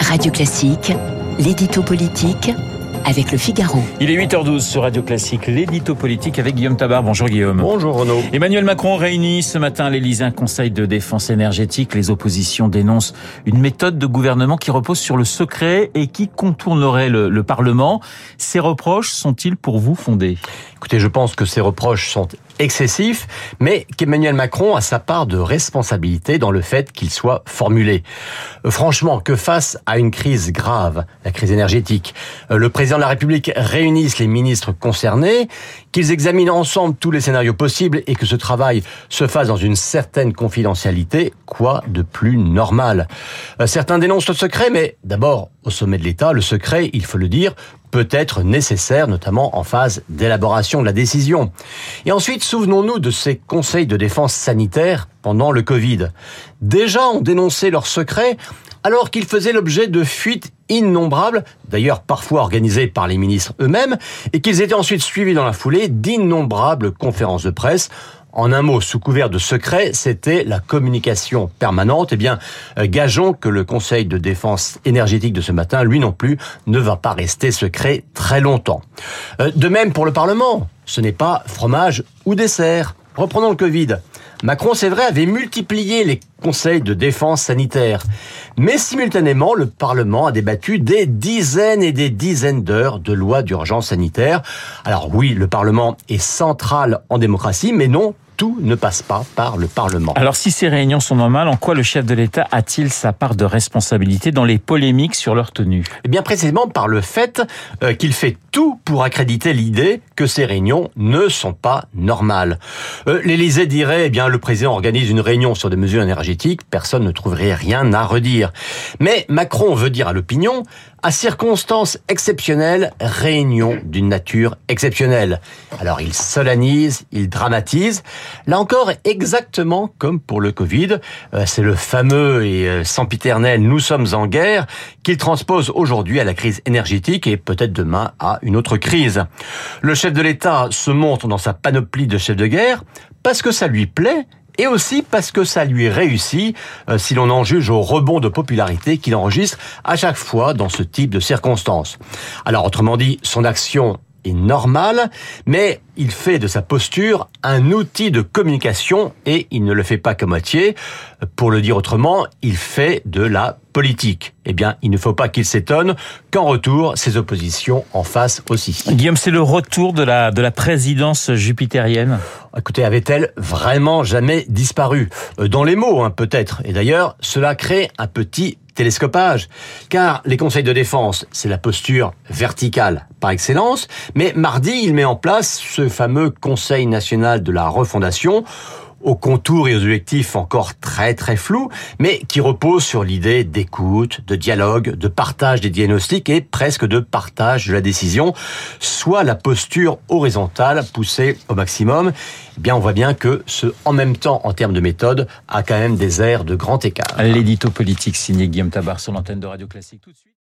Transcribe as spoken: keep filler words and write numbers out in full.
Radio Classique, l'édito politique avec Le Figaro. Il est huit heures douze sur Radio Classique, l'édito politique avec Guillaume Tabar. Bonjour Guillaume. Bonjour Renaud. Emmanuel Macron réunit ce matin à l'Élysée un conseil de défense énergétique. Les oppositions dénoncent une méthode de gouvernement qui repose sur le secret et qui contournerait le, le Parlement. Ces reproches sont-ils pour vous fondés ? Écoutez, je pense que ces reproches sont excessifs, mais qu'Emmanuel Macron a sa part de responsabilité dans le fait qu'ils soient formulés. Euh, franchement, que face à une crise grave, la crise énergétique, euh, le président de la République réunisse les ministres concernés, qu'ils examinent ensemble tous les scénarios possibles et que ce travail se fasse dans une certaine confidentialité, quoi de plus normal ? euh, Certains dénoncent le secret, mais d'abord, au sommet de l'État, le secret, il faut le dire, peut être nécessaire, notamment en phase d'élaboration de la décision. Et ensuite, souvenons-nous de ces conseils de défense sanitaire pendant le Covid. Déjà, on dénonçait leurs secrets alors qu'ils faisaient l'objet de fuites innombrables, d'ailleurs parfois organisées par les ministres eux-mêmes, et qu'ils étaient ensuite suivis dans la foulée d'innombrables conférences de presse. En un mot, sous couvert de secret, c'était la communication permanente. Eh bien, euh, gageons que le Conseil de défense énergétique de ce matin, lui non plus, ne va pas rester secret très longtemps. Euh, de même pour le Parlement, ce n'est pas fromage ou dessert. Reprenons le Covid. Macron, c'est vrai, avait multiplié les conseils de défense sanitaire. Mais simultanément, le Parlement a débattu des dizaines et des dizaines d'heures de lois d'urgence sanitaire. Alors oui, le Parlement est central en démocratie, mais non, tout ne passe pas par le Parlement. Alors si ces réunions sont normales, en quoi le chef de l'État a-t-il sa part de responsabilité dans les polémiques sur leur tenue ? Eh bien précisément par le fait euh, qu'il fait tout pour accréditer l'idée que ces réunions ne sont pas normales. Euh, L'Élysée dirait, eh bien le président organise une réunion sur des mesures énergétiques, personne ne trouverait rien à redire. Mais Macron veut dire à l'opinion, à circonstances exceptionnelles, réunion d'une nature exceptionnelle. Alors il solennise, il dramatise. Là encore, exactement comme pour le Covid, euh, c'est le fameux et euh, sempiternel « nous sommes en guerre » qu'il transpose aujourd'hui à la crise énergétique et peut-être demain à une autre crise. Le chef de l'État se montre dans sa panoplie de chef de guerre parce que ça lui plaît, et aussi parce que ça lui réussit, euh, si l'on en juge au rebond de popularité qu'il enregistre à chaque fois dans ce type de circonstances. Alors, autrement dit, son action est normale, mais il fait de sa posture un outil de communication et il ne le fait pas qu'à moitié. Pour le dire autrement, il fait de la politique. Eh bien, il ne faut pas qu'il s'étonne qu'en retour, ses oppositions en fassent aussi. Guillaume, c'est le retour de la, de la présidence jupitérienne ? Écoutez, avait-elle vraiment jamais disparu ? Dans les mots, hein, peut-être. Et d'ailleurs, cela crée un petit télescopage. Car les conseils de défense, c'est la posture verticale par excellence. Mais mardi, il met en place ce fameux Conseil national de la refondation, aux contours et aux objectifs encore très très flous, mais qui repose sur l'idée d'écoute, de dialogue, de partage des diagnostics et presque de partage de la décision, soit la posture horizontale poussée au maximum. Eh bien, on voit bien que ce « en même temps » en termes de méthode a quand même des airs de grand écart. L'édito politique signé Guillaume Tabar sur l'antenne de Radio Classique. Tout de suite.